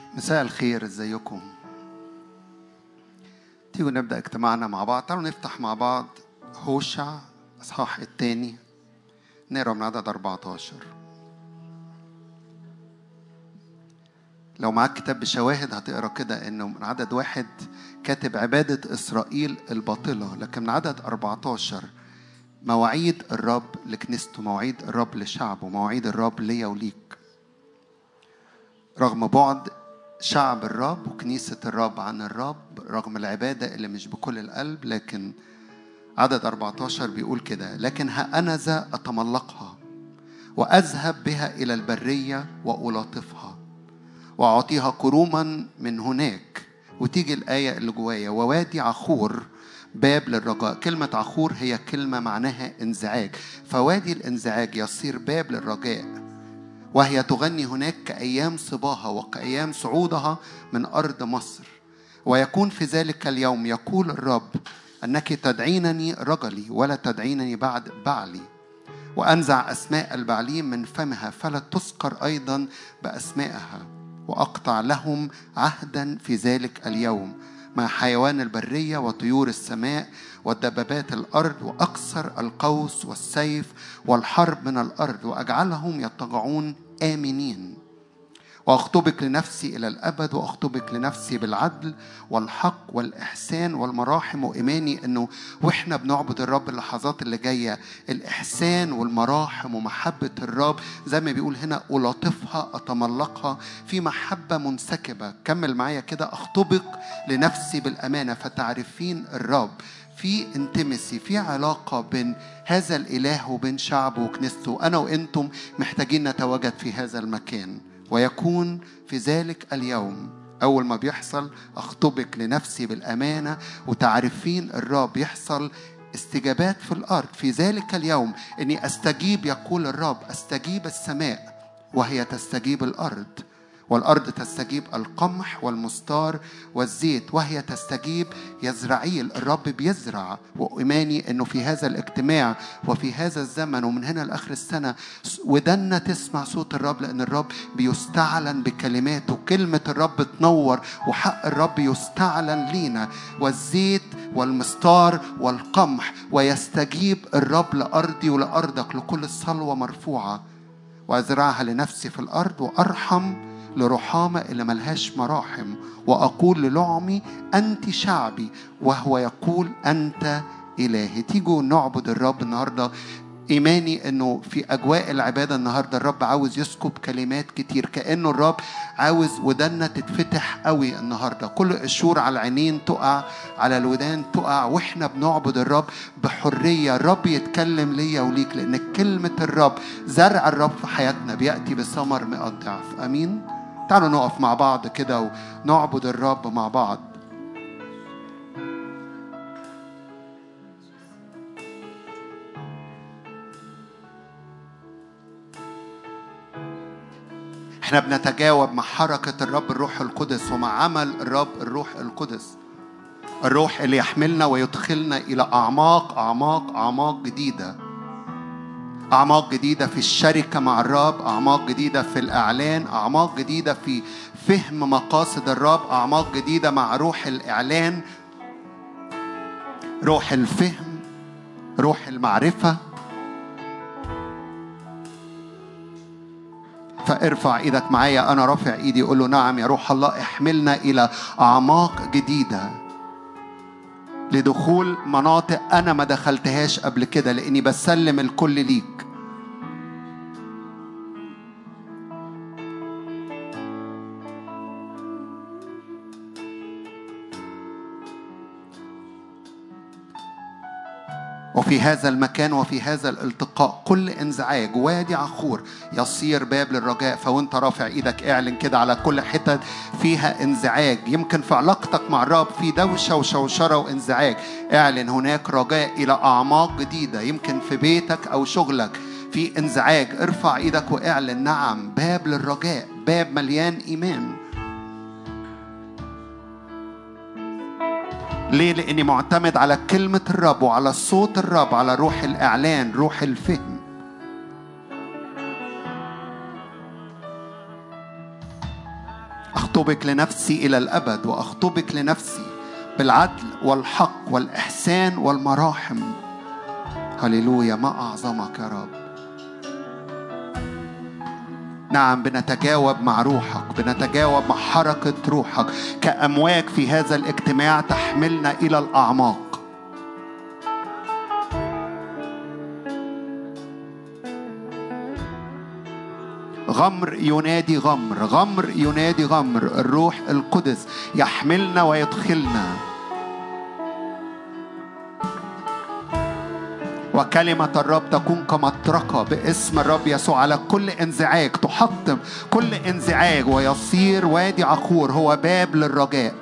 مساء الخير، ازيكم؟ تيجوا نبدأ اجتماعنا مع بعض. تعالوا نفتح مع بعض هوشع اصحاح الثاني، نقرا من عدد 14. لو معاك كتاب بشواهد هتقرا كده انه من عدد 1 كاتب عبادة إسرائيل الباطلة، لكن من عدد 14 مواعيد الرب لكنيسته، مواعيد الرب لشعبه، مواعيد الرب ليا وليك. رغم بعد شعب الرب وكنيسة الرب عن الرب، رغم العبادة اللي مش بكل القلب، لكن عدد 14 بيقول كده: لكن ها أنا ذا أتملقها وأذهب بها إلى البرية وألاطفها وأعطيها كروما من هناك. وتيجي الآية اللي جوايا: ووادي عخور باب للرجاء. كلمة عخور هي كلمة معناها انزعاج، فوادي الانزعاج يصير باب للرجاء، وهي تغني هناك كأيام صباها وكأيام صعودها من أرض مصر. ويكون في ذلك اليوم يقول الرب أنك تدعينني رجلي ولا تدعينني بعد بعلي، وأنزع أسماء البعليم من فمها فلا تذكر أيضا بأسمائها، وأقطع لهم عهدا في ذلك اليوم مع حيوان البرية وطيور السماء والدبابات الأرض، وأكسر القوس والسيف والحرب من الأرض، وأجعلهم يضطجعون آمنين. وأخطبك لنفسي إلى الأبد، وأخطبك لنفسي بالعدل والحق والإحسان والمراحم. وإيماني أنه وإحنا بنعبد الرب اللحظات اللي جاية الإحسان والمراحم ومحبة الرب زي ما بيقول هنا: ألاطفها أتملقها في محبة منسكبة. كمل معايا كده: أخطبك لنفسي بالأمانة فتعرفين الرب. في انتمسي، في علاقة بين هذا الإله وبين شعبه وكنيسته. أنا وإنتم محتاجين نتواجد في هذا المكان. ويكون في ذلك اليوم، أول ما بيحصل أخطبك لنفسي بالأمانة وتعرفين الرب، يحصل استجابات في الأرض. في ذلك اليوم إني أستجيب، يقول الرب، أستجيب السماء وهي تستجيب الأرض، والأرض تستجيب القمح والمستار والزيت، وهي تستجيب يزرعيل. الرب بيزرع. وإيماني أنه في هذا الاجتماع وفي هذا الزمن ومن هنا لآخر السنة ودنا تسمع صوت الرب، لأن الرب بيستعلن بكلماته. كلمة الرب تنور وحق الرب يستعلن لينا، والزيت والمستار والقمح. ويستجيب الرب لأرضي ولأرضك، لكل الصلوة مرفوعة. وأزرعها لنفسي في الأرض، وأرحم لرحامة اللي ملهاش مراحم، وأقول للعمي أنت شعبي، وهو يقول أنت إلهي. تيجوا نعبد الرب النهاردة. إيماني أنه في أجواء العبادة النهاردة الرب عاوز يسكب كلمات كتير، كأنه الرب عاوز ودنا تتفتح قوي النهاردة. كل قشور على العينين تقع، على الودان تقع، وإحنا بنعبد الرب بحرية. الرب يتكلم ليا وليك، لأن كلمة الرب، زرع الرب في حياتنا بيأتي بثمر 100 ضعف. أمين. تعالوا نقف مع بعض كده ونعبد الرب مع بعض. احنا بنتجاوب مع حركة الرب الروح القدس ومع عمل الرب الروح القدس، الروح اللي يحملنا ويدخلنا إلى أعماق أعماق أعماق جديدة، أعماق جديدة في الشركة مع الرب، أعماق جديدة في الإعلان، أعماق جديدة في فهم مقاصد الرب، أعماق جديدة مع روح الإعلان، روح الفهم، روح المعرفة. فارفع ايدك معايا. انا رافع ايدي، اقول له: نعم يا روح الله، احملنا الى اعماق جديده، لدخول مناطق انا ما دخلتهاش قبل كده، لاني بسلم الكل ليك. وفي هذا المكان وفي هذا الالتقاء كل انزعاج وادي عخور يصير باب للرجاء. فوانت رافع ايدك اعلن كده على كل حتة فيها انزعاج. يمكن في علاقتك مع الرب في دوشة وشوشرة وانزعاج، اعلن هناك رجاء الى اعماق جديدة. يمكن في بيتك او شغلك في انزعاج، ارفع ايدك واعلن: نعم، باب للرجاء، باب مليان ايمان. ليه؟ لأني معتمد على كلمة الرب وعلى صوت الرب، على روح الإعلان، روح الفهم. أخطبك لنفسي إلى الأبد، وأخطبك لنفسي بالعدل والحق والإحسان والمراحم. هللويا، ما أعظمك يا رب. نعم، بنتجاوب مع روحك، بنتجاوب مع حركة روحك كأمواج في هذا الاجتماع تحملنا إلى الأعماق. غمر ينادي غمر، غمر ينادي غمر. الروح القدس يحملنا ويدخلنا، وكلمة الرب تكون كمطرقة باسم الرب يسوع على كل انزعاج، تحطم كل انزعاج ويصير وادي عخور هو باب للرجاء.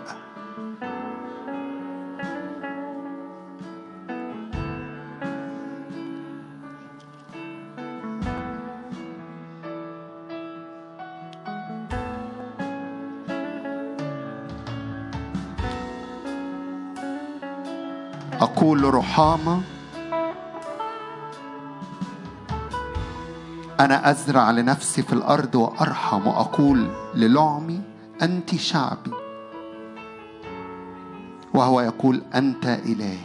أقول لرحامة أنا أزرع لنفسي في الأرض وأرحم، وأقول للعمي أنت شعبي، وهو يقول أنت إلهي.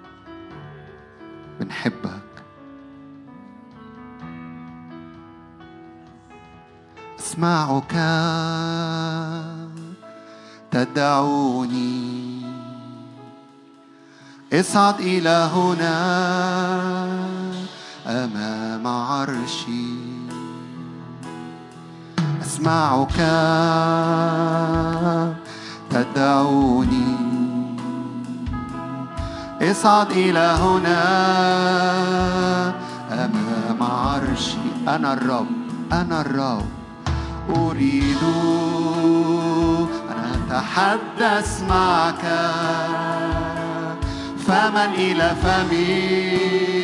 بنحبك. أسمعك تدعوني، اصعد إلى هنا أمام عرشي. أسمعك تدعوني، اصعد إلى هنا أمام عرشي. أنا الرب، أنا الرب، أريد أن أتحدث معك فما إلى فمي،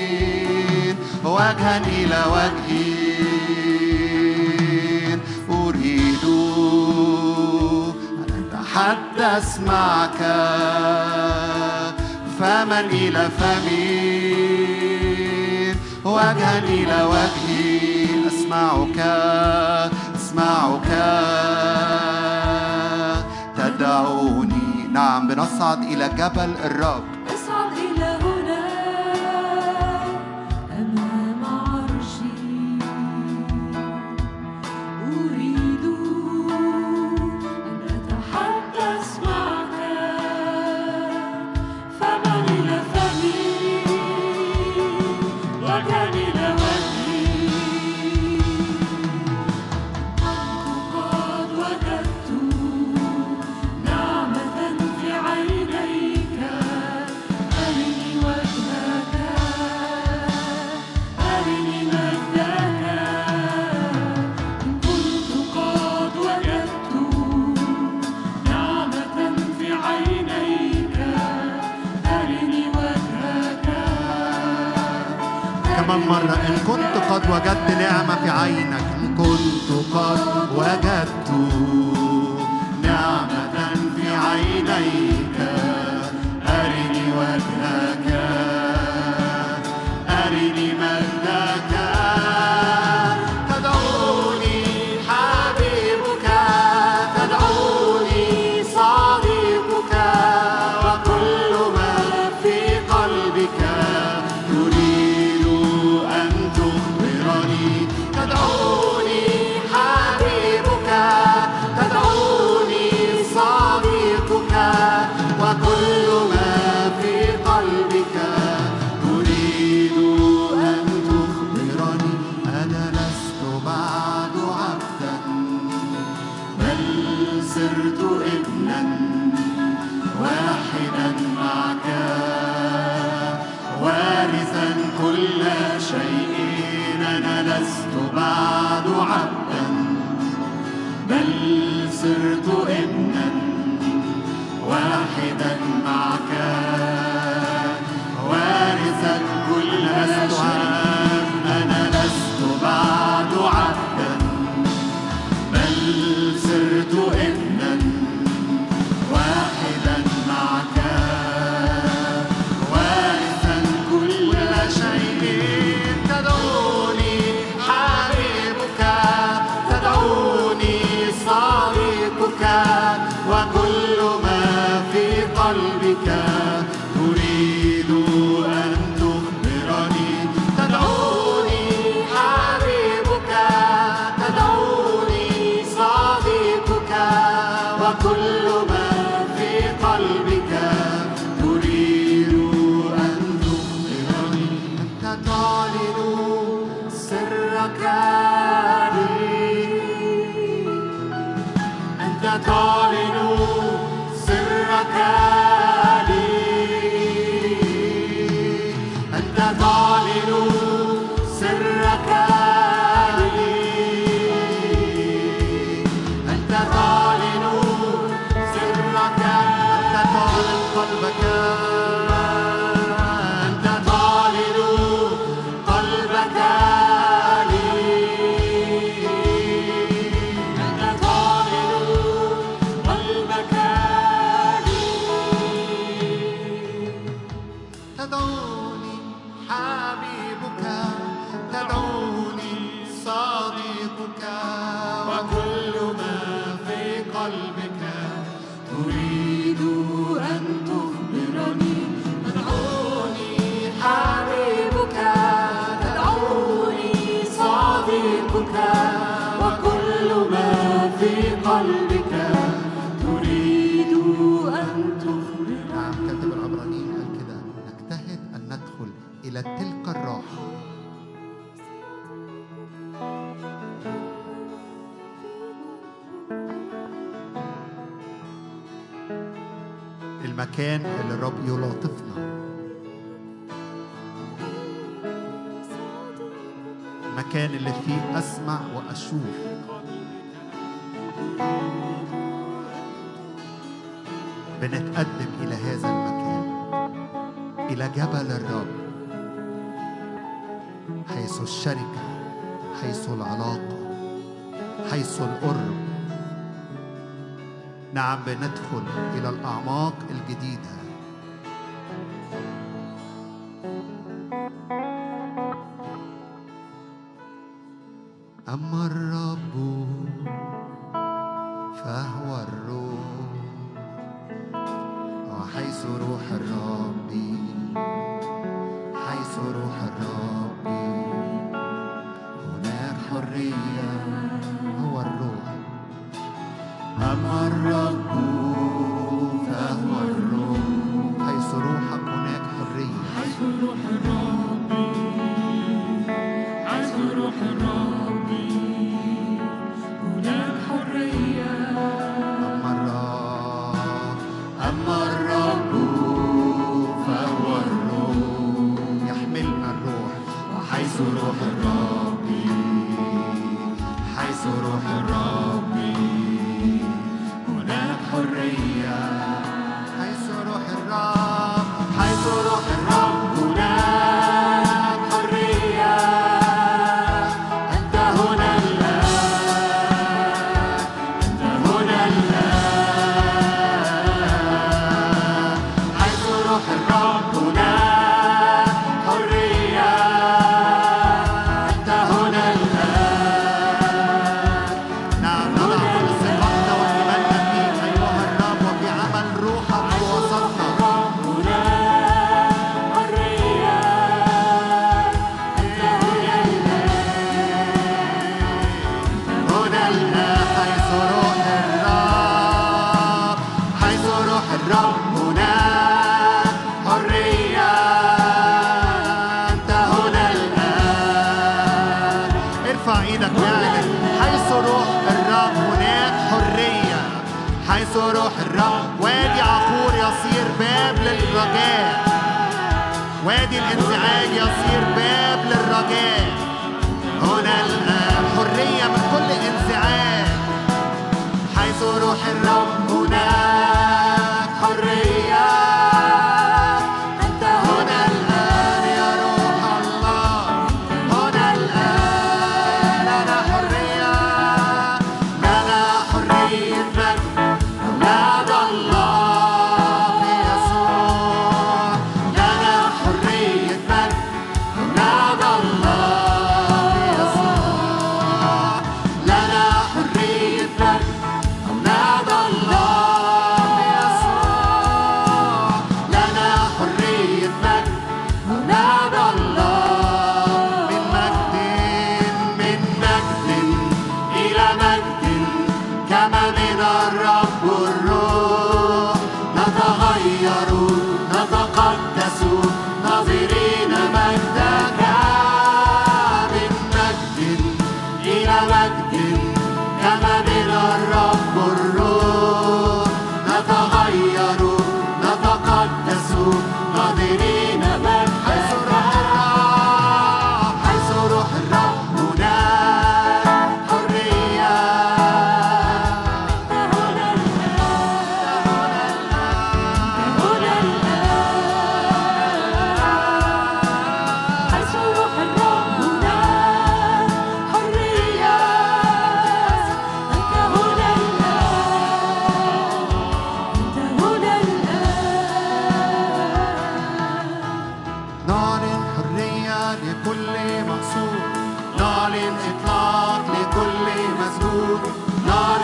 وجها إلى وجهي. أريد أن أتحدث معك فما إلى فمي، وجها إلى وجهي. أسمعك، أسمعك تدعوني. نعم، بنصعد إلى جبل الرب. اصعد إلى هنا أمام عرشي. أريد أن أتحدث معك فما إلى فمي، وجها إلى وجهي. قد وجدت نعمة في عينيك، أرني وجهك، أرني مجدك. إن كنت قد وجدت نعمة في عينيك، أرني وجهك. كمان مرة، إن كنت قد وجدت نعمة في عينك، إن كنت قد وجدت نعمة في عينيك، أرني وجهك، أرني مجدك. تدعوني حبيبك، تدعوني صديقك، وكل ما في قلبك تريد أن تخبرني. تدعوني حبيبك، تدعوني صديقك، وكل ما في قلبك تريد أن تخبرني. أنا لست بعد عبدا، بل صرت ابنا واحدا معك، وارثا كل شيء. أنا لست بعد عبدا، بل صرت ابنا واحدا معك، وارثا كل شيء. أنا لست بعد عبدا، بل صرت ابنا واحدا معك، وارثا كل شيء. تدعوني حبيبك، تدعوني صديقك، وكل ما في قلبك تريد أن تخبرني. أنت تعلن سرك لي، أنت تعلن سرك لي، أنت تعلن سرك لي، أنت تعلن سرك، أنت تعلن قلبك، أنت تعلن قلبك لي، أنت تعلن قلبك لي. تدعوني حبيبك، تدعوني صديقك، وكل ما في قلبك تريد أن تخبرني. تدعوني حبيبك، تدعوني صديقك، وكل ما في قلبك تريد أن تخبرني. نعم، كاتب العبرانيين قال كده: نجتهد أن ندخل إلى تلك الراحة. المكان اللي الرب يلاطفنا، المكان اللي فيه أسمع وأشوف. بنتقدم إلى هذا المكان، إلى جبل الرب، حيث الشركة، حيث العلاقة، حيث القرب. نعم، بندخل إلى الأعماق الجديدة. أما الرب فهو الروح، وحيث روح الرب، حيث روح الرب هناك حرية. هو الروح. أما الرب فهو الروح، حيث روحك هناك حرية. حيث روح الرب، حيث روح الرب هناك حرية. أما الرب فهو الروح، يحملنا الروح. وحيث روح الرب، حيث روح الرب هناك حرية. حيث روح الرب، حيث روح الرب هناك حرية. أنت هنا الآن، أنت هنا الآن. حيث روح الرب هناك حرية. أنت هنا الآن. نعم، نضع كل ثقتنا وإيماننا فيك أيها الرب، وفي عمل روحك في وسطنا. هنا الآن، حيث روح الرب، حيث روح الرب هناك حرية. أنت هنا الآن. ارفع ايدك واعلن: حيث روح الرب هناك حرية. حيث روح الرب وادي عقور يصير باب للرجاء، وادي الانزعاج يصير باب للرجاء. هنا الآن حرية من كل انزعاج. حيث روح الرب هناك حرية. أنت هنا الآن يا روح الله. هنا الآن لنا حرية، لنا حرية مجد أولاد الله في يسوع. لنا حرية مجد أولاد الله في يسوع. لنا حرية مجد أولاد الله في يسوع. لنا حرية مجد أولاد الله. من مجد إلى مجد، كما من الرب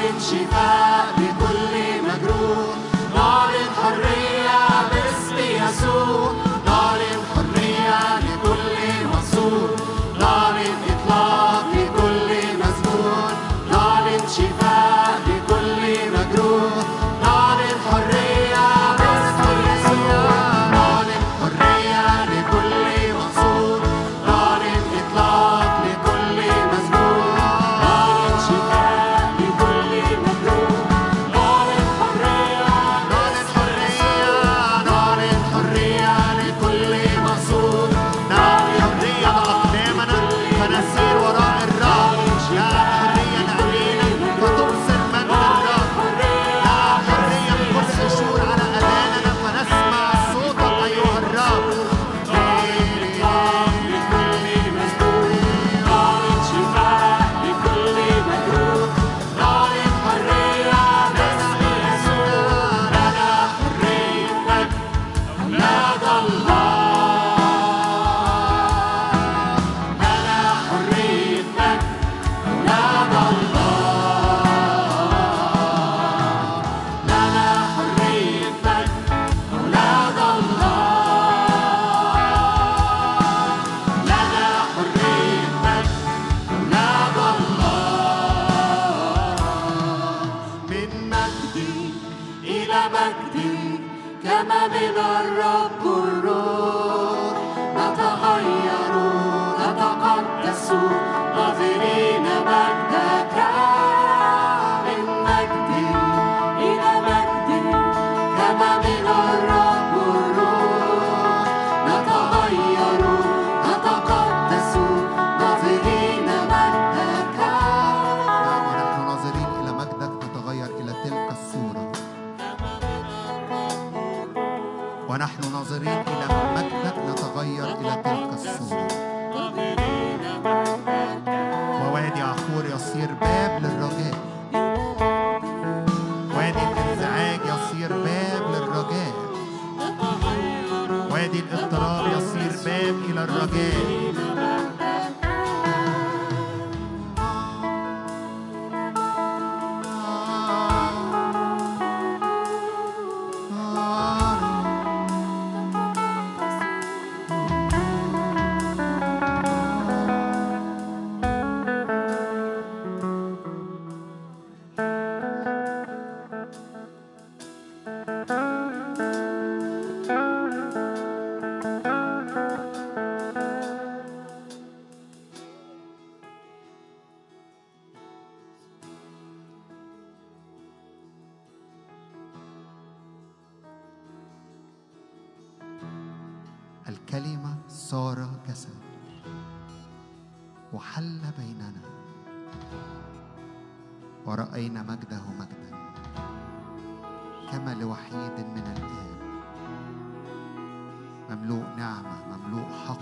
نعلن شفاء لكل مجروح، نعلن حرية باسم يسوع، نعلن حرية لكل مصور، نعلن إطلاق لكل مسجون، نعلن شفاء لكل مجروح، نعلن حرية باسم يسوع، نعلن حرية لكل مصور، نعلن إطلاق لكل مسجون، نعلن شفاء لكل مجروح، نعلن حرية، نعلن حرية، نعلن حرية لكل مصور، نعلن حرية لأقدامنا فنسير وراء الرب، نعلن حرية لعينينا فتبصر مجد الرب، نعلن حرية من كل قشور على أذاننا فنسمع صوتك أيها الرب. لكل مسجون، نعلن شفاء لكل مجروح، نعلن حرية باسم يسوع، لنا حريتك أولاد الله، لنا حريتك أولاد الله، لنا حريتك أولاد الله، لنا حريتك أولاد الله. من مجد إلى مجد كما من الرب الروح، نتغير نتقدس ناظرين مجدك. من مجد إلى مجد كما من الرب الروح، نتغير نتقدس ناظرين مجدك. ونحن ناظرين إلى مجدك نتغير إلى تلك الصورة، ونحن ناظرين إلى مجدك نتغير إلى تلك الصورة. ووادي عخور يصير باب للرجاء، وادي الانزعاج يصير باب للرجاء، وادي الاضطراب يصير باب إلى الرجاء. الكلمة صار جسد وحل بيننا، ورأينا مجده مجدا كما لوحيد من الآب، مملوء نعمة مملوء حق.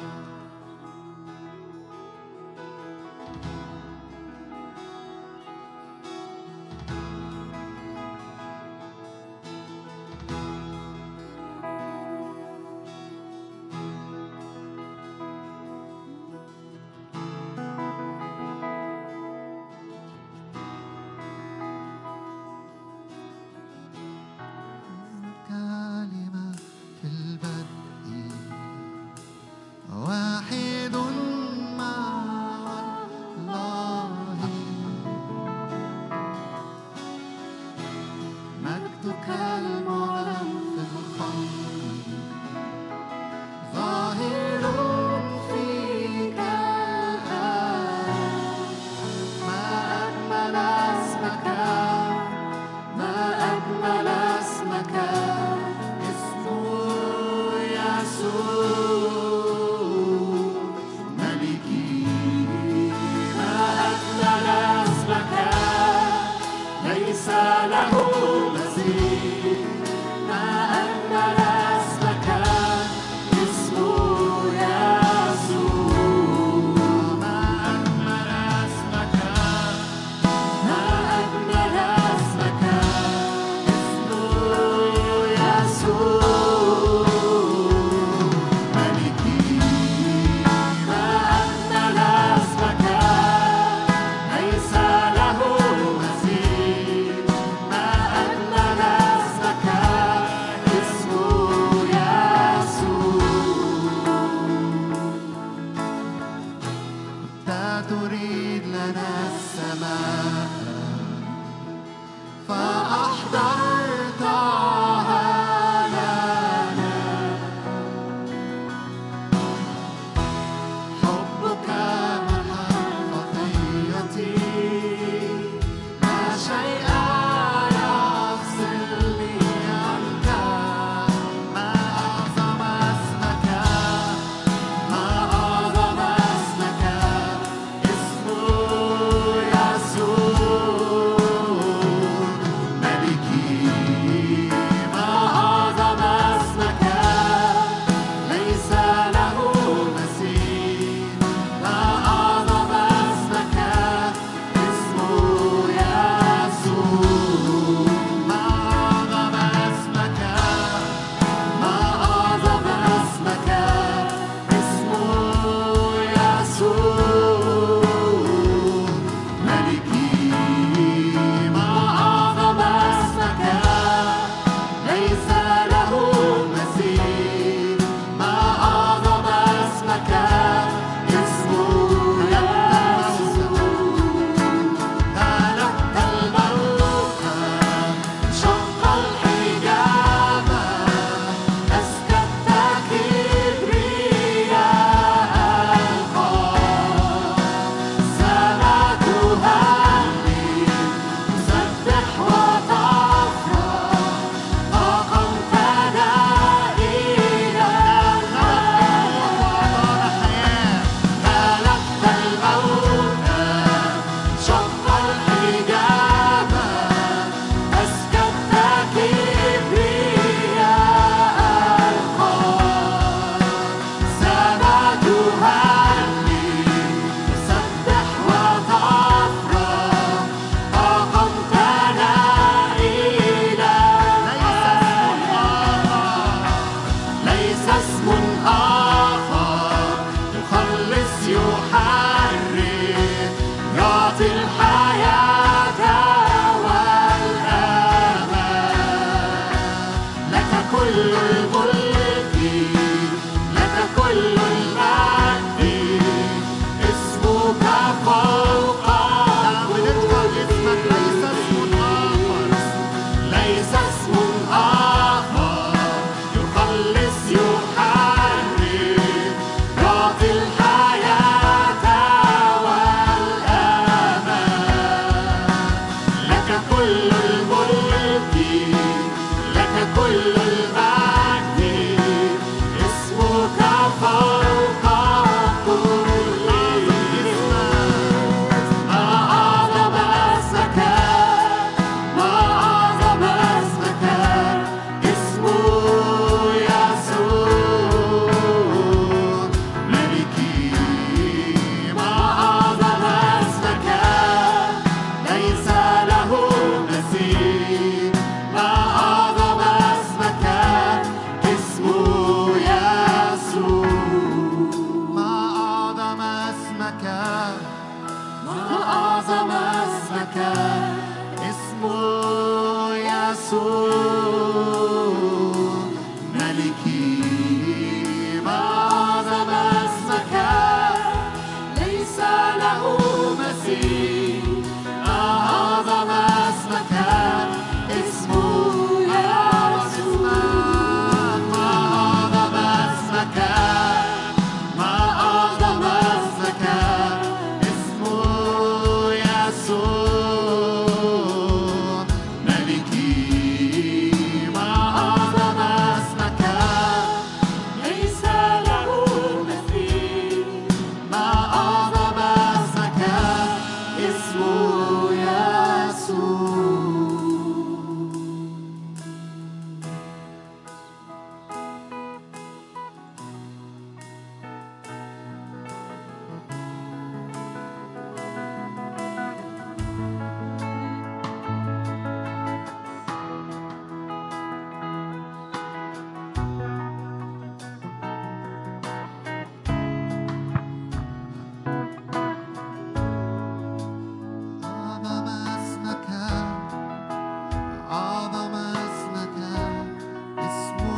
كلمة في البدء واحد مع الله، مجدك المعلن في الخلق، ظاهر فيك الآن. ما أجمل اسمك، ما أجمل اسمك، اسمه يسوع ملكي. ما أجمل اسمك، ليس له مثيل. ما أجمل اسمك، اسمه يسوع. ما أجمل اسمك، ما أجمل اسمك، ملكي. ما أجمل اسمك، ليس له مثيل. كل الملك، لك كل المجد، اسمك فوق كل اسم. ما أعظم اسمك، ما أعظم اسمك، اسمه يسوع ملكي. ما أعظم اسمك، ليس له مثيل. ما أعظم اسمك، اسمه يسوع. ما أعظم اسمك، ما أعظم اسمك، اسمه يسوع ملكي. ما أعظم اسمك، ليس له مثيل. ما أعظم اسمك، اسمه يسوع. ما أعظم اسمك، ما أعظم اسمك، اسمه يسوع ملكي. ما أعظم اسمك، ليس له مثيل. ما أعظم اسمك، اسمه يسوع. أعظم اسمك، أعظم اسمك، اسمه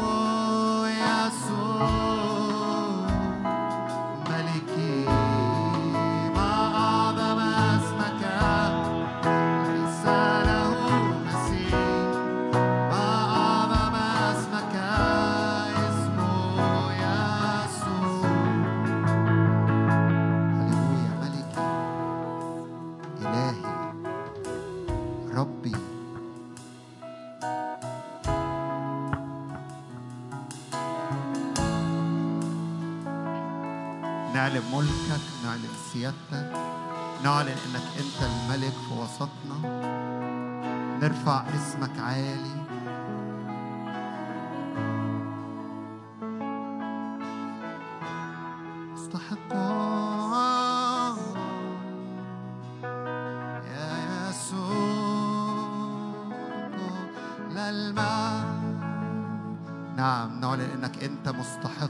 يسوع ملكي. ما أعظم اسمك، ليس له مثيل. ما أعظم اسمك، اسمه يسوع. هللويا. ملكي، إلهي، ربي. نعلن ملكك، نعلن سيادتك، نعلن انك انت الملك في وسطنا. نرفع اسمك عالي. استحق يا يسوع للمجد. نعم، نعلن انك انت مستحق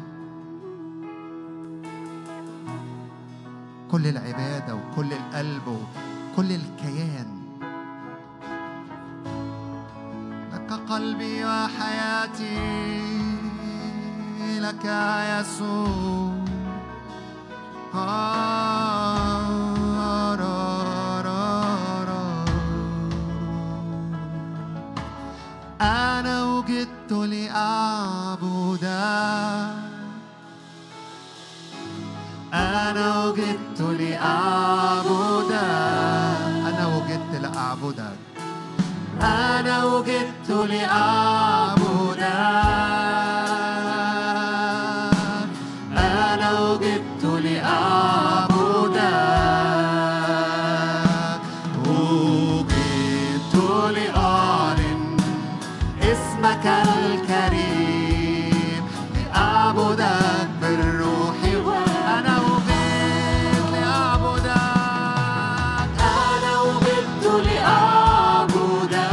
كل العبادة وكل القلب وكل الكيان. لك قلبي وحياتي، لك يا يسوع. أنا وجدت لأعبدك، أنا وجدت لأعبدك، أنا وجدت لأعبدك، أنا وجدت لأعبدك، أنا وجدت لأعبدك، وجدت لأعلن اسمك الكريم، لأعبدك بالروح. أنا وجدت لأعبدك، أنا وجدت لأعبدك،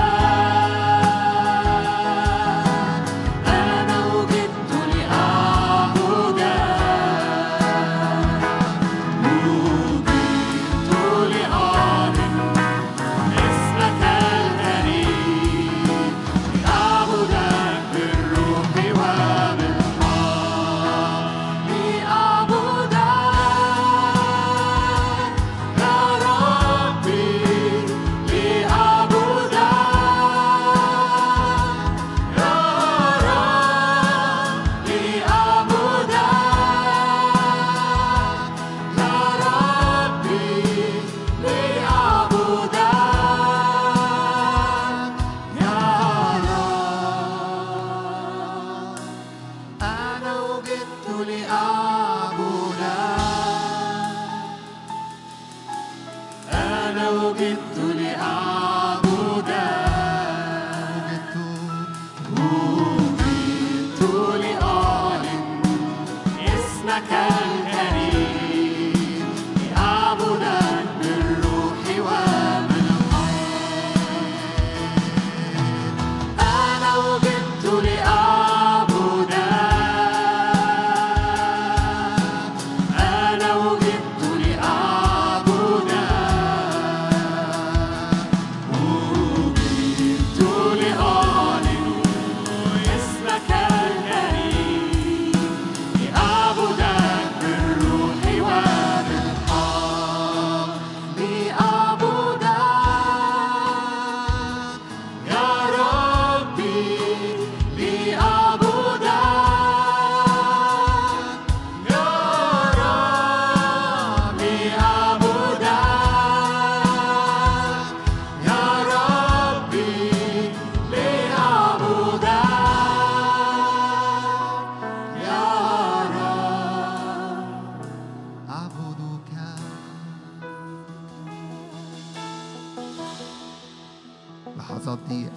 أنا وجدت لأعبدك، وجدت لأعلن اسمك الكريم، لأعبدك بالروح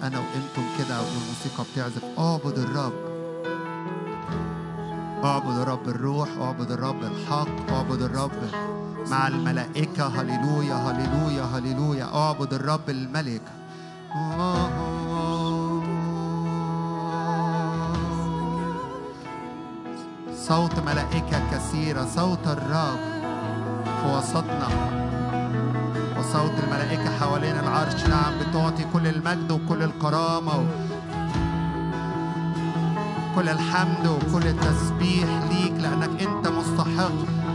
أنا وأنتم كده والموسيقى بتعزف. اعبد الرب، اعبد الرب الروح، اعبد الرب الحق، اعبد الرب مع الملائكة. هللويا هللويا هللويا. اعبد الرب الملك. صوت ملائكة كثيرة، صوت الرب في وسطنا وصوت الملائكة حوالين العرش. نعم، بتعطي كل المجد وكل الكرامة وكل الحمد وكل التسبيح ليك، لأنك أنت مستحق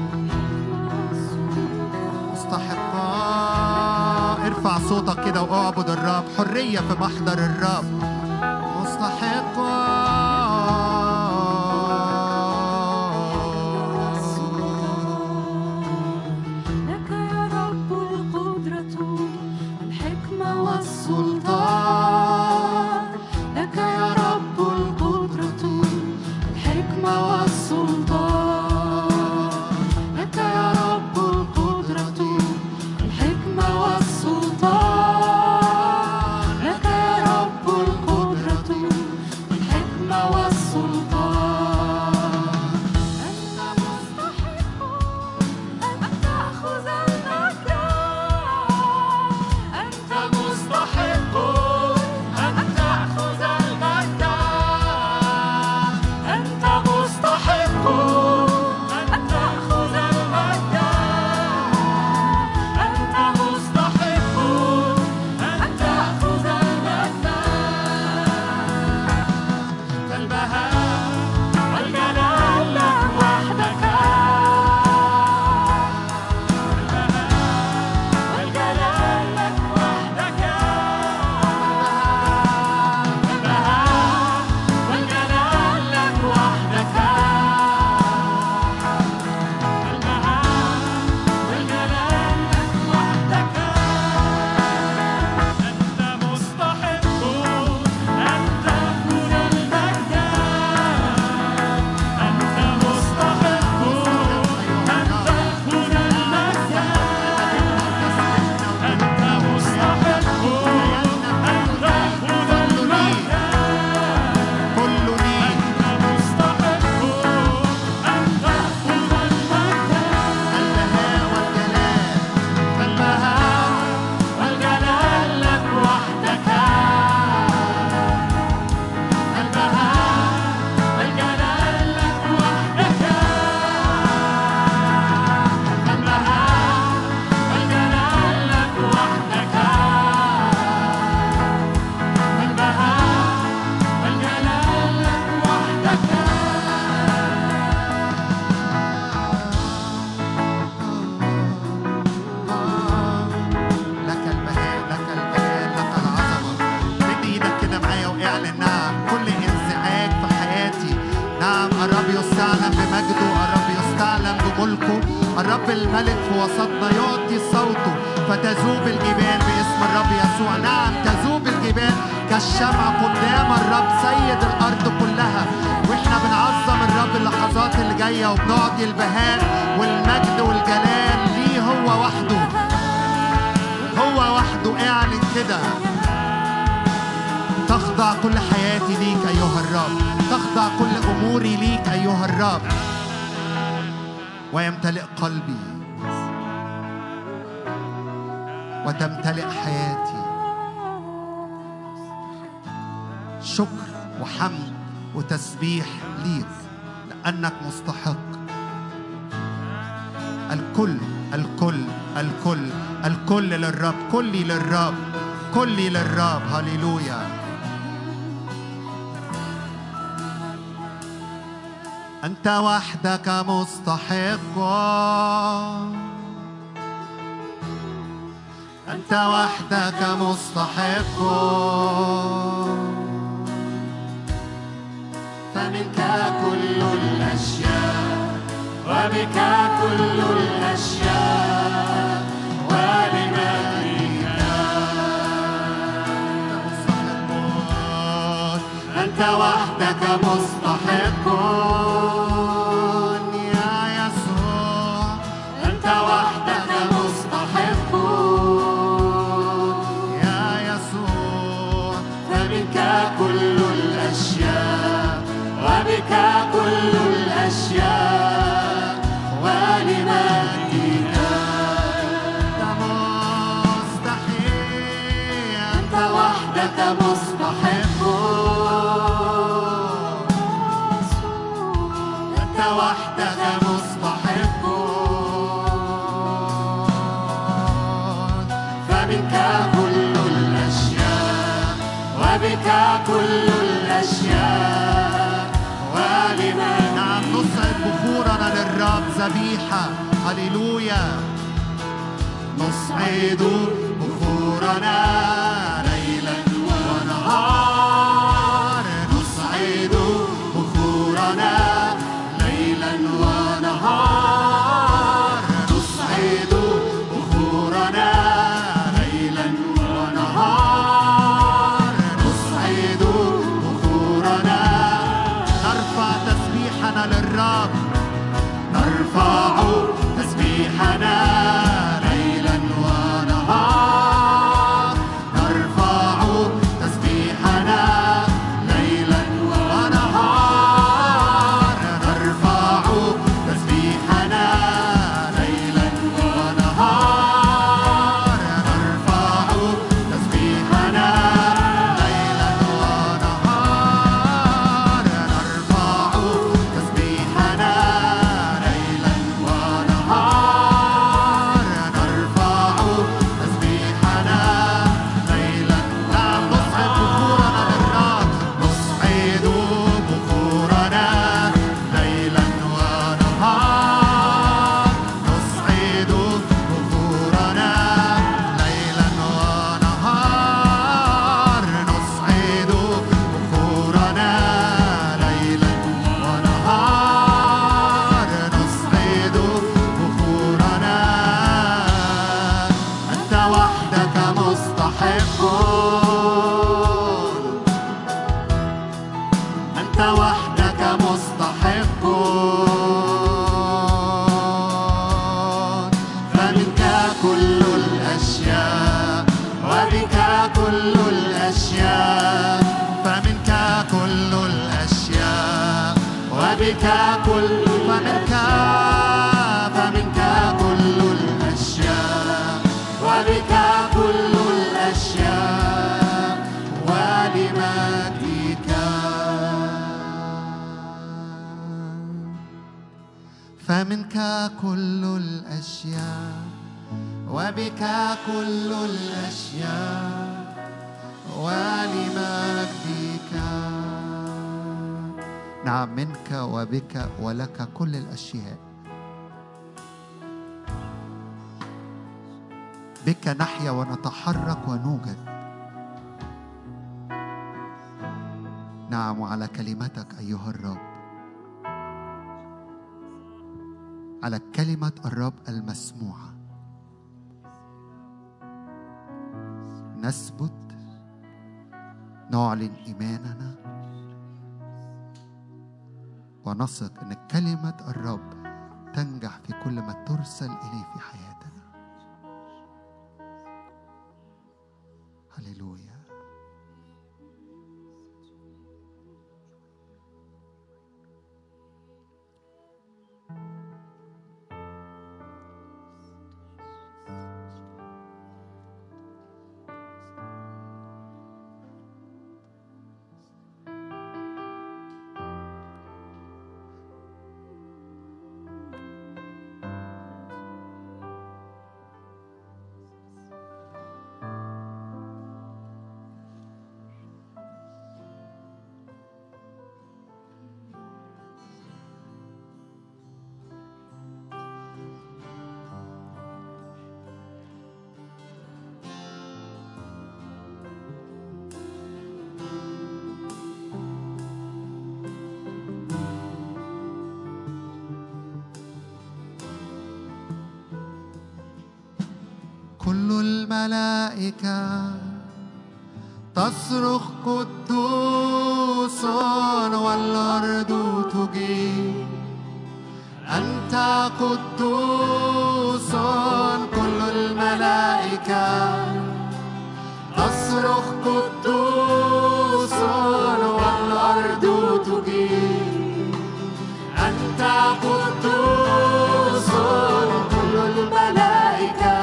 مستحق. ارفع صوتك كده واعبد الرب. حرية في محضر الرب. مستحق. لك يا رب القدرة الحكمة والسلطان. لك يا رب القدرة الحكمة والسلطان. لك يا رب القدرة الحكمة والسلطان. لك يا رب القدرة الحكمة والسلطان. أنت مستحق أن تأخذ المكان. أنت مستحق أن تأخذ المكان. أنت مستحق أن تأخذ المكان. أنت مستحق أن تأخذ المكان. البهاء والجلال لك وحدك. البهاء والجلال لك وحدك. البهاء والجلال لك وحدك. البهاء والجلال لك وحدك. أنت مستحق أن تأخذ المكان. أنت مستحق أن تأخذ المكان. أنت مستحق أن تأخذ المكان. كل ليك. أنت مستحق أن تأخذ المكان. البهاء والجلال. البهاء والجلال لك وحدك. البهاء والجلال لك وحدك. البهاء والجلال لك وحدك. البهاء والجلال لك وحدك. لك البهاء، لك الجلال، لك العظمة. مد ايدك كده معايا واعلن. نعم، كل انزعاج في حياتي، نعم، الرب يستعلم بمجده، الرب يستعلم بملكه. الرب الملك في وسطنا يعطي صوته فتذوب الجبال باسم الرب يسوع. نعم، تذوب الجبال كالشمع قدام الرب سيد الأرض كلها. واحنا بنعظم الرب اللحظات اللي جاية وبنعطي البهاء والمجد والجلال ليه هو وحده. هو وحده. اعلن كده. تخضع كل حياتي ليك أيها الرب، تخضع كل أموري ليك أيها الرب، ويمتلئ قلبي وتمتلئ حياتي شكر وحمد وتسبيح ليك، لأنك مستحق. الكل الكل الكل الكل للرب. كلي للرب، كلي للرب. هللويا. أنت وحدك مستحق. أنت وحدك مستحق. فمنك كل الأشياء وبك كل الأشياء ولمجدك. أنت وحدك مستحق يا يسوع. أنت وحدك مستحق يا يسوع. وبك كل الأشياء ولمن. نعم نصعد بخورنا للرب ذبيحة. هللويا. نصعد بخورنا ليلا ونهار. نصعد بخورنا ليلا ونهار. نصعد بخورنا ليلا ونهار. نصعد بخورنا. نرفع تسبيحنا للرب. نرفع تسبيحنا ليلا ونهار. نرفع تسبيحنا ليلا ونهار. نرفع تسبيحنا ليلا ونهار. نرفع تسبيحنا ليلا ونهار. نرفع تسبيحنا ليلا ونهار. نرفع تسبيحنا ليلا. نعم نصعد بخورنا للرب. نصعد بخورنا ليلا ونهار. نصعد بخورنا ليلا ونهار. نصعد بخورنا ليلا ونهار. نصعد بخورنا. أنت وحدك مستحق. أنت وحدك مستحق. فمنك كل الأشياء وبك كل الأشياء. فمنك كل الأشياء وبك كل. فمنك كل الأشياء وبك كل الأشياء ولمجدك. فمنك كل الأشياء وبك كل الأشياء ولمجدك. نعم منك وبك ولك كل الأشياء. بك نحيا ونتحرك ونوجد. نعم وعلى كلمتك أيها الرب. على كلمة الرب المسموعة نثبت، نعلن إيماننا ونثق أن كلمة الرب تنجح في كل ما ترسل إليه في حياتنا. هللويا. كل الملائكة تصرخ قدوس والأرض تجيب أنت قدوس. كل الملائكة تصرخ قدوس والأرض تجيب أنت قدوس. كل الملائكة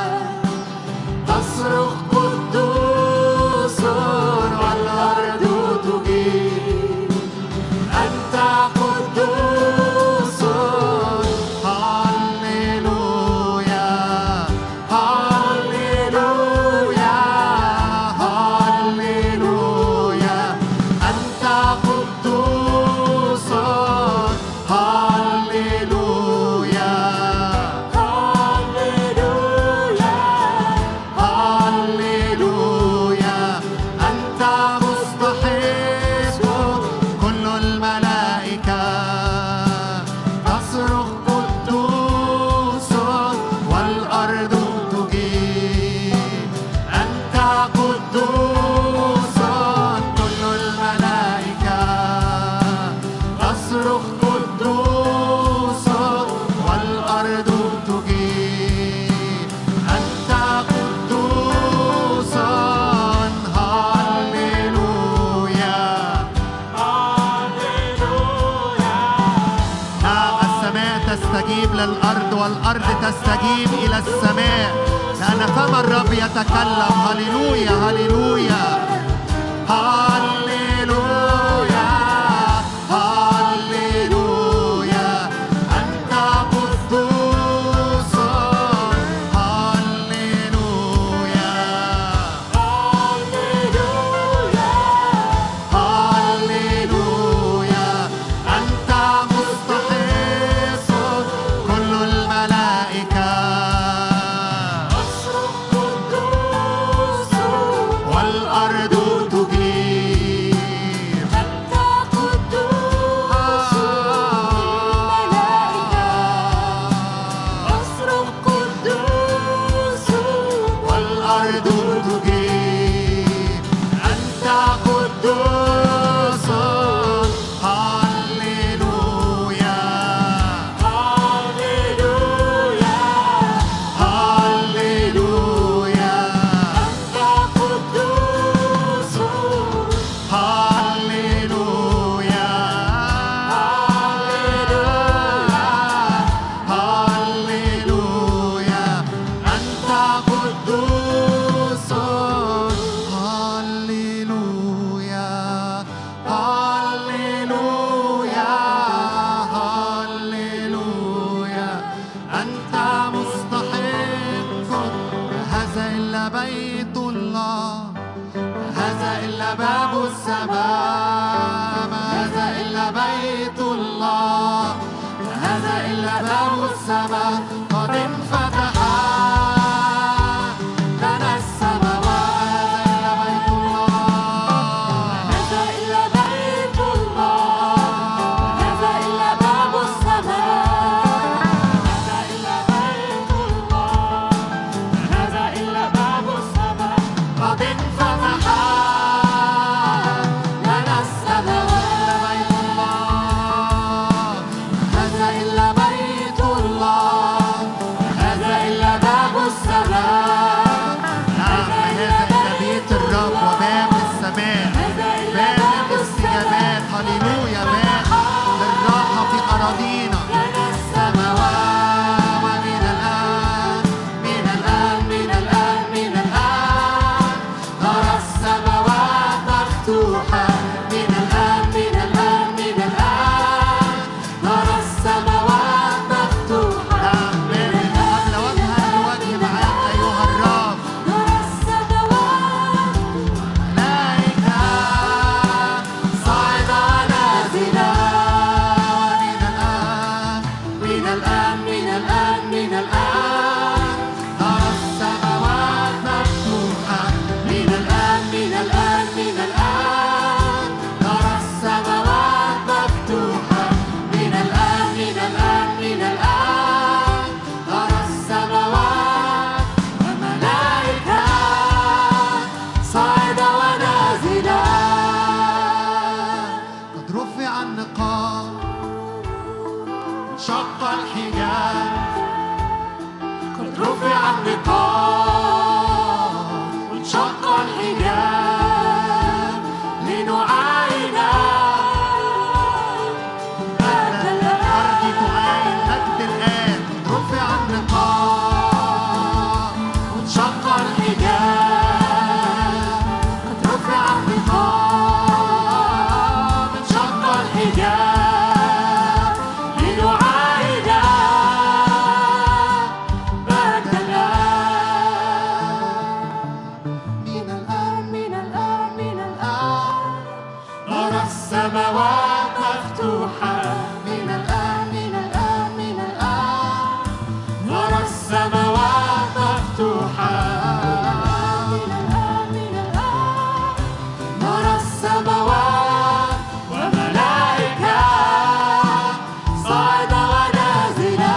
تصرخ قدوس والأرض تجيب أنت قدوس. هللويا هللويا تستجيب للأرض والأرض تستجيب إلى السماء، لأن فم الرب يتكلم. هللويا هللويا هللويا هللويا. أنت قدوس. هللويا هللويا. أنت مستحق كل الملائكة. والأرض تجيب. أنت قدوس الملائكة. أصرخ قدوس. والأرض تجيب. أنت قدوس. هللويا هللويا هللويا. أنت قدوس. هللويا هللويا. أنت قدوس. هللويا هللويا هللويا. أنت مستحق. هذا إلا بيت الله، هذا إلا باب السماء، هذا إلا بيت الله، هذا إلا باب السماء. قد انفتح لنا السماوات. هذا إلا بيت الله، هذا إلا باب السماء، هذا إلا بيت الله، هذا إلا باب السماء. قد انفتح لنا السماوات. هذا إلا بيت الله، هذا إلا باب السماء. نعم، هذا إلا بيت الرب وباب السماء، باب الاستجابات. هللويا، باب للراحة في أراضينا. السماوات ومن الآن من الآن من الآن من الآن نرى السماوات مفتوحة. من الآن من الآن من الآن نرى السماوات مفتوحة. نعم، قبل وجها لوجه معاك أيها الرب. نرى السماوات ملائكة صاعدة نازلة. من الآن من الآن من الآن نرى السماوات مفتوحة. من الآن من الآن من الآن نرى السماوات مفتوحة. من الآن من الآن من الآن نرى السماوات وملائكة صاعدة ونازلة. قد رفع النقاب، انشق الحجاب. قد رفع النقاب وانشق الحجاب لنعاين مجد الأرض. تعاين مجد الآن. رفع النقاب وانشق الحجاب. قد رفع النقاب وانشق الحجاب لنعاين مجد الآن. من الآن من الآن من الآن نرى السماوات مفتوحة. من الآن من الآن من الآن نرى السماوات مفتوحة. من الآن من الآن نرى السماوات وملائكة صاعدة ونازلة.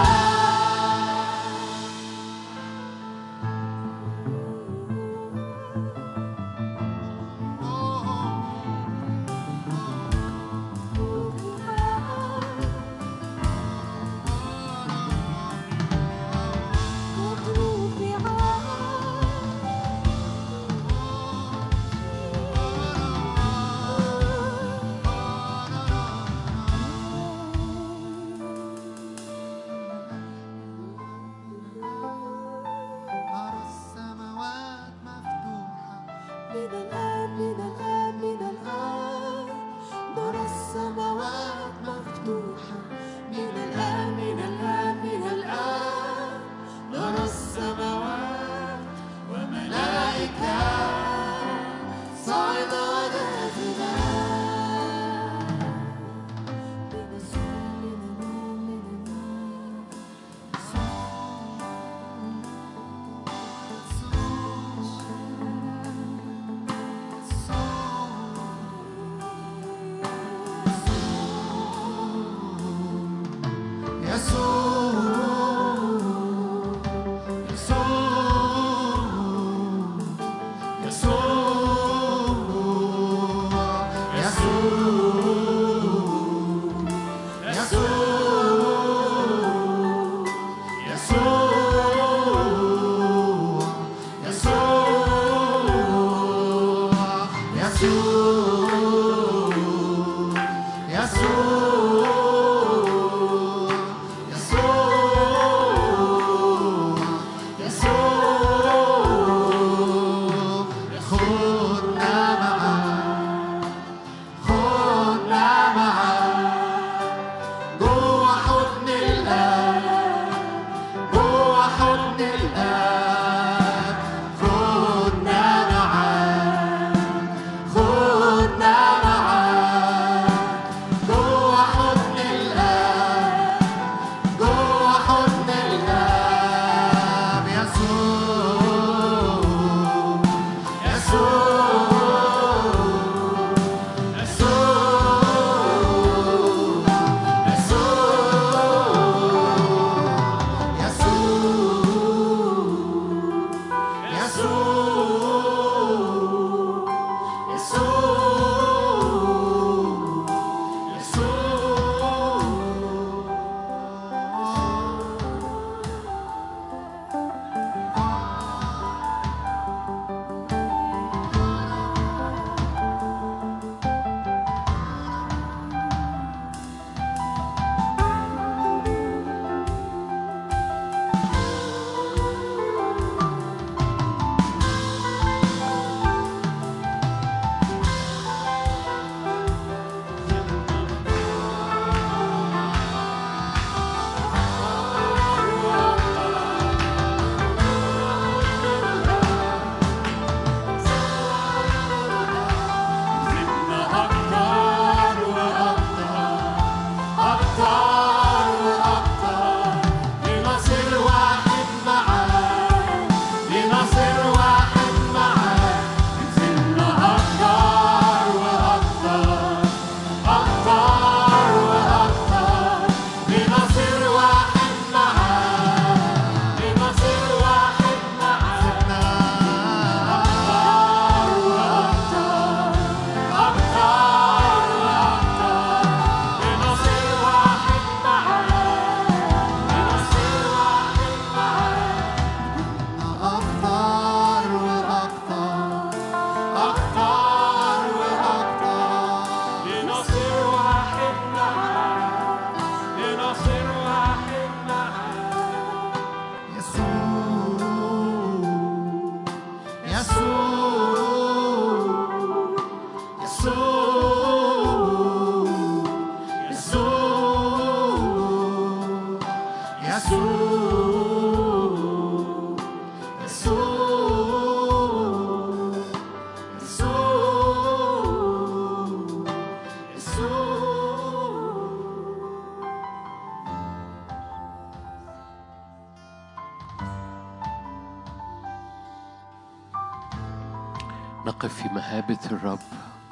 نقف في مهابة الرب،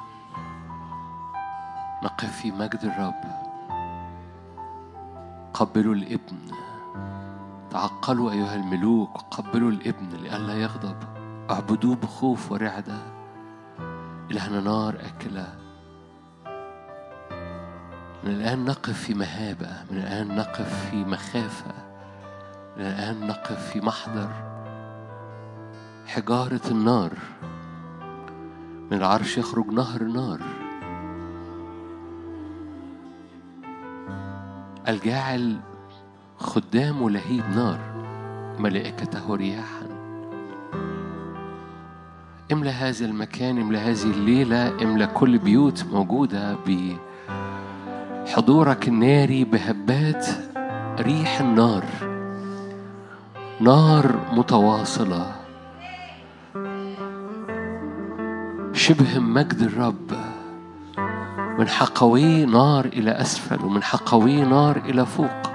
نقف في مجد الرب. قبلوا الابن، تعقلوا أيها الملوك، قبلوا الابن لئلا يغضب، اعبدوه بخوف ورعدة. إلهنا نار أكلة. من الآن نقف في مهابة، من الآن نقف في مخافة، من الآن نقف في محضر حجارة النار. من العرش يخرج نهر نار، الجاعل خدامه لهيب نار، ملائكته رياحا. املأ هذا المكان، املأ هذه الليلة، املأ كل بيوت موجودة بحضورك الناري، بهبات ريح النار، نار متواصلة شبه مجد الرب. من حقويه نار إلى أسفل، ومن حقويه نار إلى فوق.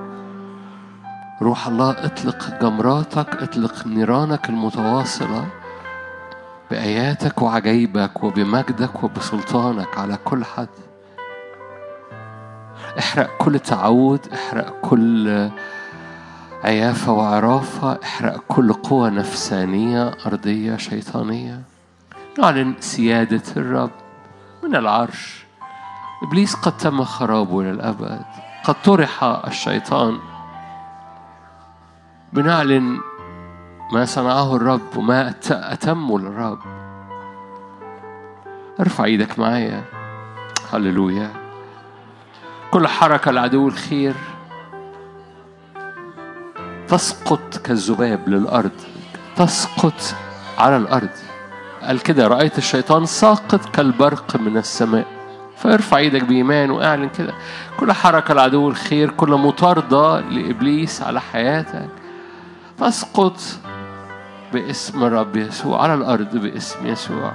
روح الله اطلق جمراتك، اطلق نيرانك المتواصلة بآياتك وعجائبك وبمجدك وبسلطانك على كل حد. احرق كل تعود، احرق كل عيافة وعرافة، احرق كل قوة نفسانية أرضية شيطانية. نعلن سيادة الرب من العرش. إبليس قد تم خرابه إلى الأبد، قد طرح الشيطان. بنعلن ما صنعه الرب وما أتمه الرب. ارفع ايدك معايا. هللويا. كل حركة العدو الخير تسقط كالذباب للأرض، تسقط على الأرض. قال كده: رأيت الشيطان ساقط كالبرق من السماء. فارفع ايدك بإيمان واعلن كده: كل حركة العدو الخير، كل مطاردة لإبليس على حياتك تسقط باسم الرب يسوع على الأرض، باسم يسوع.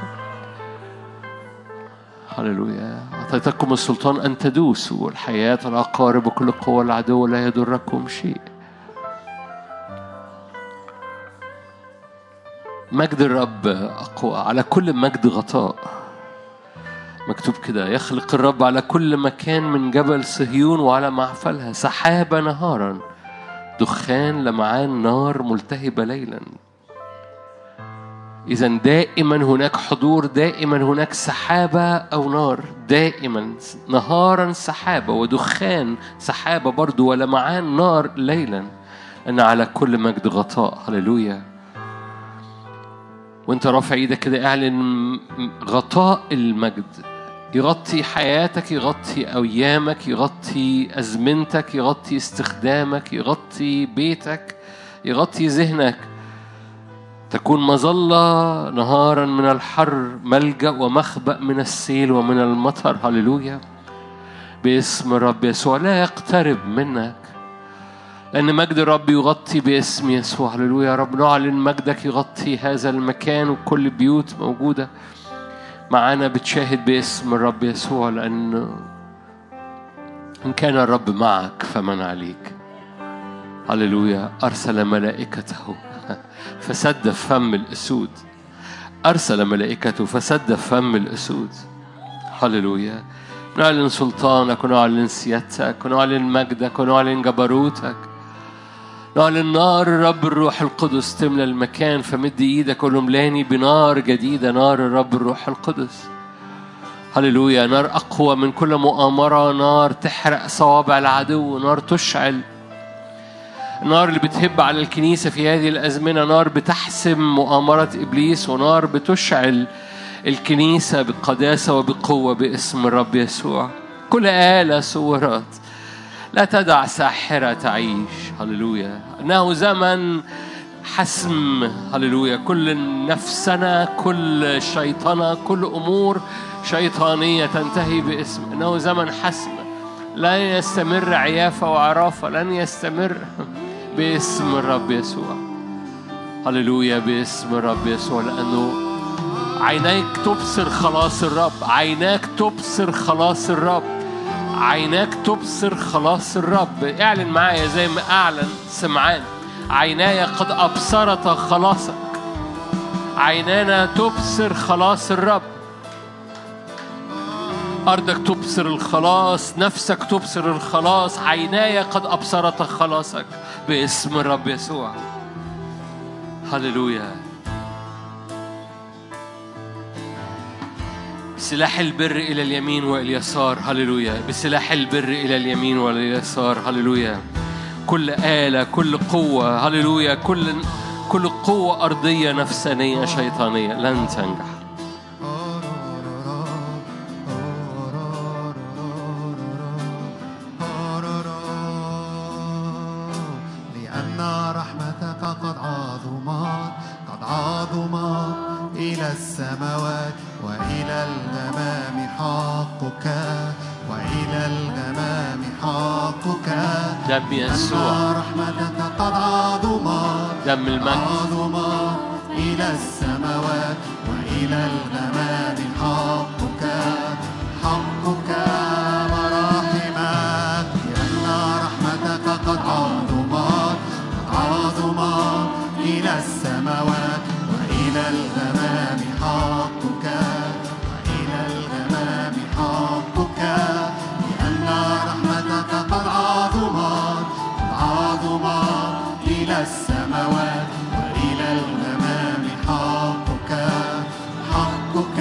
هللويا. أعطيتكم السلطان أن تدوسوا الحياة العقارب وكل قوة العدو، لا يضركم شيء. مجد الرب أقوى، على كل مجد غطاء. مكتوب كده: يخلق الرب على كل مكان من جبل صهيون وعلى معفلها سحابة نهارا، دخان لمعان نار ملتهبة ليلا. إذن دائما هناك حضور، دائما هناك سحابة أو نار، دائما نهارا سحابة ودخان سحابة برضو ولمعان نار ليلا، أن على كل مجد غطاء. هللويا. وانت رافع ايدك كده اعلن غطاء المجد يغطي حياتك، يغطي أيامك، يغطي أزمنتك، يغطي استخدامك، يغطي بيتك، يغطي ذهنك. تكون مظلة نهارا من الحر، ملجأ ومخبأ من السيل ومن المطر. هللويا. باسم الرب يسوع لا يقترب منك، لأن مجد الرب يغطي باسم يسوع. هللويا يا رب. نعلن مجدك يغطي هذا المكان وكل بيوت موجودة معانا بتشاهد باسم الرب يسوع، لأن إن كان الرب معك فمن عليك. هللويا. أرسل ملائكته فسد فم الأسود، أرسل ملائكته فسد فم الأسود. هللويا. نعلن سلطانك ونعلن سيادتك ونعلن مجدك ونعلن جبروتك، نعلن نار الرب الروح القدس تملى المكان. فمد ايدك وقول: املاني بنار جديدة، نار الرب الروح القدس. هللويا. نار أقوى من كل مؤامرة، نار تحرق صوابع العدو، نار تشعل، النار اللي بتهب على الكنيسة في هذه الأزمنة، نار بتحسم مؤامرة إبليس، ونار بتشعل الكنيسة بقداسة وبقوة باسم الرب يسوع. كل آلة صورت لا تدع ساحرة تعيش. هللويا. إنه زمن حسم. هللويا. كل نفسنا، كل شيطانة، كل أمور شيطانية تنتهي باسم. إنه زمن حسم، لن يستمر عيافة وعرافة، لن يستمر باسم الرب يسوع. هللويا. باسم الرب يسوع. لأنه عينيك تبصر خلاص الرب، عيناك تبصر خلاص الرب، عيناك تبصر خلاص الرب. اعلن معايا زي ما أعلن سمعان: عيناي قد أبصرت خلاصك. عينانا تبصر خلاص الرب، أرضك تبصر الخلاص، نفسك تبصر الخلاص. عيناي قد أبصرت خلاصك باسم الرب يسوع. هللويا. بسلاح البر إلى اليمين واليسار. هللويا. بسلاح البر إلى اليمين واليسار. هللويا. كل آلة، كل قوة، هللويا، كل قوة أرضية نفسانية شيطانية لن تنجح. إلى السماوات وإلى الغمام حقك، وإلى الغمام حقك. دم يسوع، رحمتك قد عظمت، دم المجد عظمت إلى السماوات وإلى الغمام حقك، حقك مراحمك. لأن رحمتك قد عظمت، عظمت إلى السماوات وإلى الغمام حقك، وإلى الغمام حقك. لأن رحمتك قد عظمت، عظمت إلى السماوات وإلى الغمام حقك، حقك.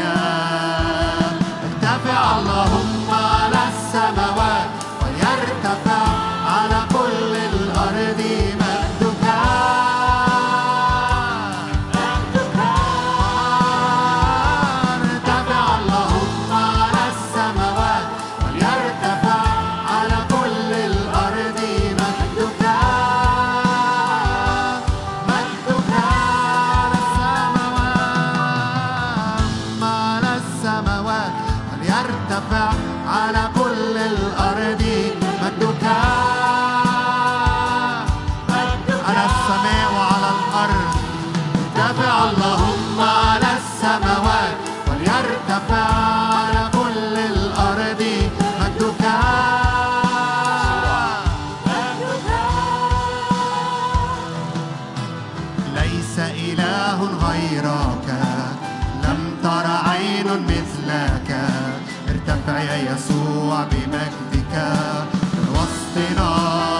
ارتفع اللهم على السماوات، ويرتفع على كل الأرض مجدك. ارتفع اللهم وليرتفع على كل الأرض مجدك على السماء وعلى الأرض. ارتفع اللهم على السماوات وليرتفع على كل الأرض مجدك. ليس إله غيرك، لم تر عين مثلك. ارتفع يا يسوع بمجدك من وسطنا.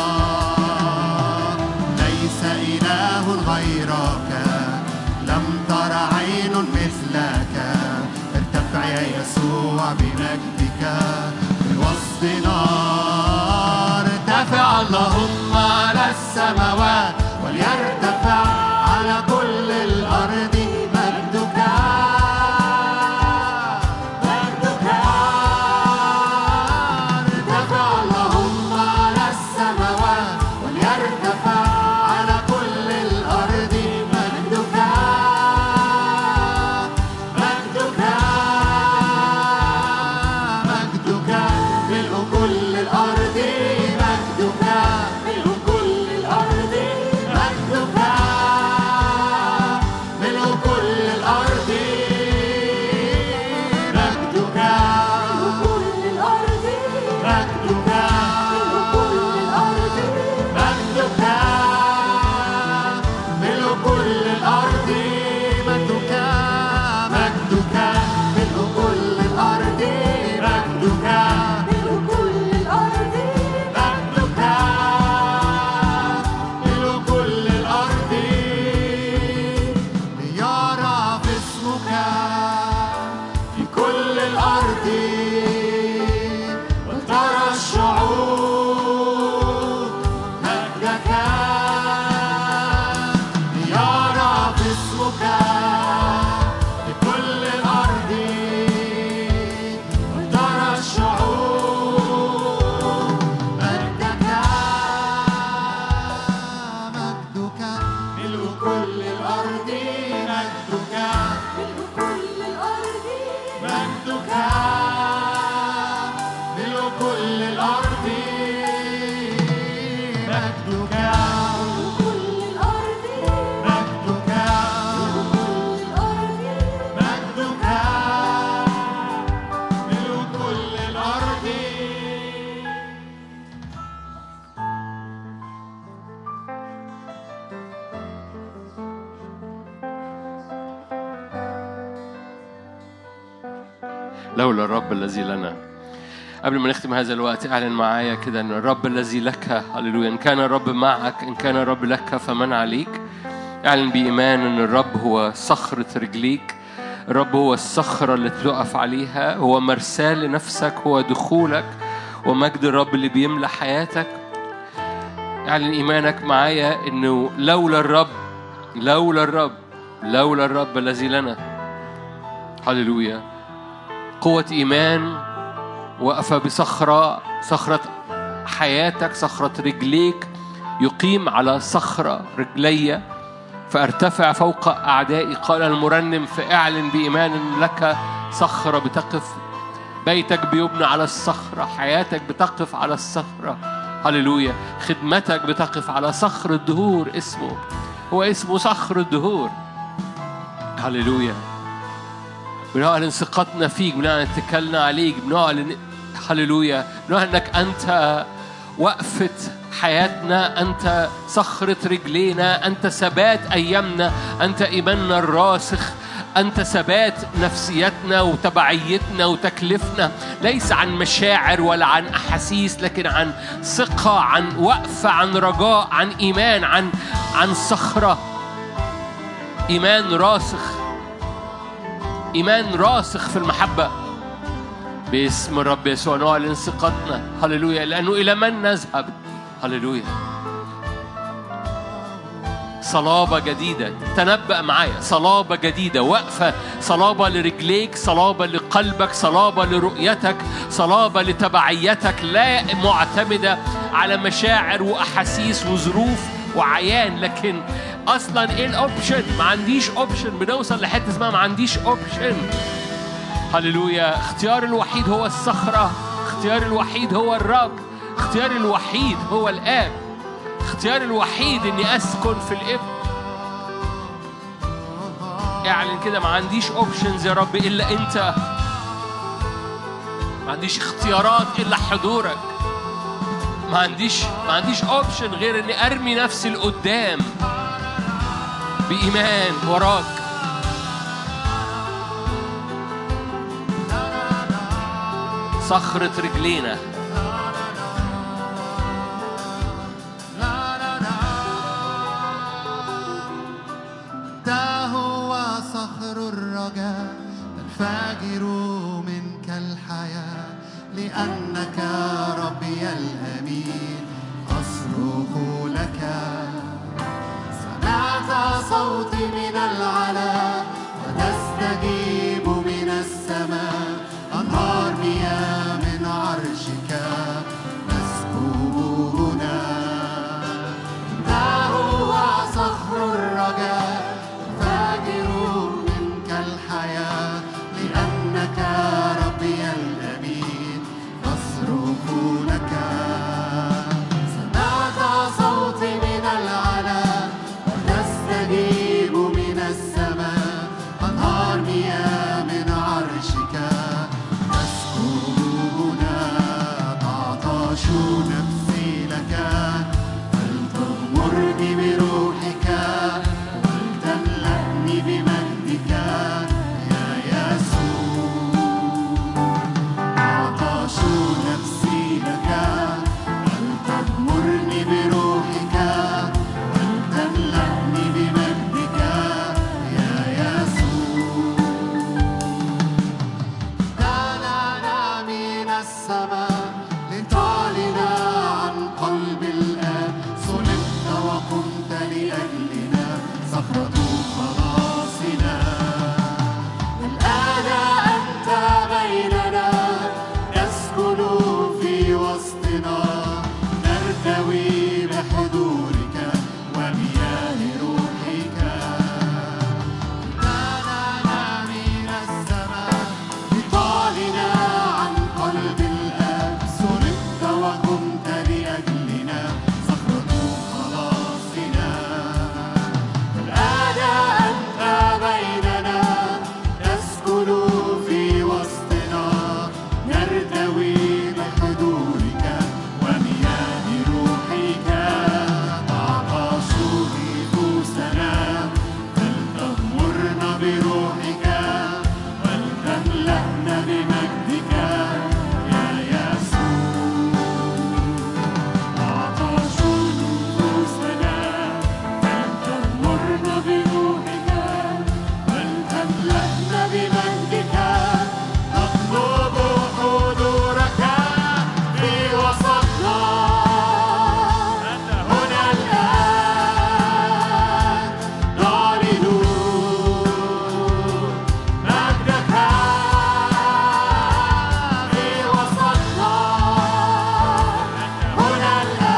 ليس إله غيرك، لم تر عين مثلك. ارتفع يا يسوع بمجدك من وسطنا. ارتفع اللهم على السماوات وليرتفع على كل الأرض مجدك. مجدك ارتفع اللهم على السماوات وليرتفع على كل الأرض مجدك. مجدك مجدك ملء كل الأرض مجدك. ملء كل الأرض مجدك. ملء كل الأرض مجدك. كل الأرض مجدك. كل الأرض مجدك. ملء كل الأرض مجدك. مجدك ملء كل الأرض مجدك. ملء كل الأرض مجدك. ملء كل الأرض ليعرف اسمك في كل الأرض وترى الشعوب مجدك. ليعرف اسمك في كل الأرض وترى الشعوب مجدك. مجدك ملء كل الأرض مجدك. ملء كل الأرض مجدك. ملء كل الأرض مجدك. كل الأرض مجدك. مجدك ملء كل الأرض. لولا الرب الذي لنا. قبل ما نختم هذا الوقت اعلن معايا كده ان الرب الذي لك، هللويا، ان كان الرب معك، ان كان الرب لك فمن عليك. اعلن بإيمان ان الرب هو صخرة رجليك، الرب هو الصخرة اللي تقف عليها، هو مرسال لنفسك، هو دخولك ومجد الرب اللي بيملى حياتك. اعلن إيمانك معايا انه لولا الرب، لولا الرب، لولا الرب الذي لنا. هللويا. قوة إيمان وقف بصخرة، صخرة حياتك، صخرة رجليك، يقيم على صخرة رجلي فأرتفع فوق أعدائي. قال المرنم فاعلن بإيمان إن لك صخرة بتقف، بيتك بيبنى على الصخرة، حياتك بتقف على الصخرة. هللويا. خدمتك بتقف على صخر الدهور، اسمه هو اسمه صخر الدهور. هللويا. بنعلن ثقتنا فيك، بنعلن اتكالنا عليك، بنعلن هللويا، بنعلن انك انت وقفة حياتنا، انت صخرة رجلينا، انت ثبات ايامنا، انت ايماننا الراسخ، أنت ثبات نفسيتنا وتبعيتنا وتكلفنا، ليس عن مشاعر ولا عن أحاسيس، لكن عن ثقة، عن وقفة، عن رجاء، عن إيمان، عن صخرة، إيمان راسخ، إيمان راسخ في المحبة. باسم الرب يسوع نعلن ثقتنا. هللويا. لأنه إلى من نذهب؟ هللويا. صلابة جديدة، تنبأ معايا، صلابة جديدة، وقفة، صلابة لرجليك، صلابة لقلبك، صلابة لرؤيتك، صلابة لتبعيتك، لا معتمدة على مشاعر وأحاسيس وظروف وعيان. لكن أصلا إيه الأوبشن؟ ما عنديش أوبشن. بنوصل لحتة اسمها ما عنديش أوبشن. هللويا. اختيار الوحيد هو الصخرة، اختيار الوحيد هو الرب، اختيار الوحيد هو الآب، اختيار الوحيد إني أسكن في الابن. اعلن كده، ما عنديش اوبشنز يا رب إلا أنت، ما عنديش اختيارات إلا حضورك، ما عنديش اوبشن غير إني أرمي نفسي لقدام بإيمان وراك. صخرة رجلينا، ده هو صخر الرجاء تنفجر منك الحياة، لأنك ربي الأمين أصرخ لك. سمعت صوتي من العلا وتستجيب من السماء، أنهار مياه من عرشك تسكب هنا. ده هو صخر الرجاء فاجر منك الحياة، لأنك ربي الأمين أصرخ لك. سمعت صوتي من العلا وتستجيب من السماء، أنهار مياه من عرشك تسكب هنا. تعطش نفسي لك، فلتغمرني بروحك ولتملأني بمجدك يا يسوع. تعطش نفسي لك، فلتغمرني بروحك ولتملأني بمجدك يا يسوع. دعنا من السماء لتعلن عن قلب الآب، صلبت وقمت لأجلنا صخرة خلاصنا. الآن أنت بيننا تسكن في وسطنا، نرتوي بحضورك ومياه روحك. دعنا من السماء لتعلن عن قلب الآب، صلبت وقمت لأجلنا صخرة خلاصنا. الآن أنت بيننا تسكن في وسطنا، نرتوي بحضورك ومياه روحك. تعطش نفوسنا، فلتغمرنا بروحك ولتملأنا بمجدك يا يسوع. تعطش نفوسنا، فلتغمرنا بروحك ولتملأنا بمجدك. نطلب حضورك في وسطنا هنا الآن، نعلن مجدك في وسطنا هنا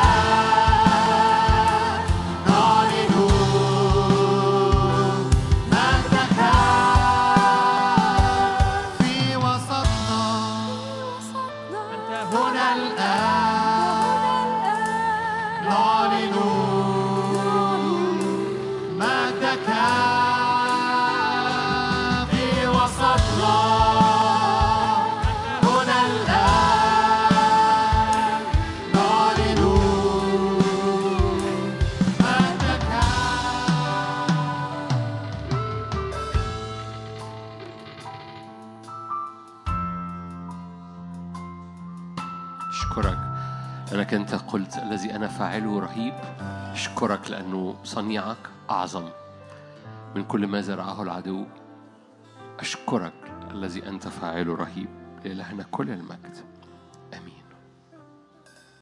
الآن، نعلن مجدك في وسطنا هنا الآن، نعلن مجدك في وسطنا هنا الآن، نعلن مجدك. أشكرك لأنك أنت قلت الذي أنا فاعله رهيب. أشكرك لأنه صنيعك أعظم من كل ما زرعه العدو. أشكرك الذي أنت فاعله رهيب. لإلهنا كل المجد.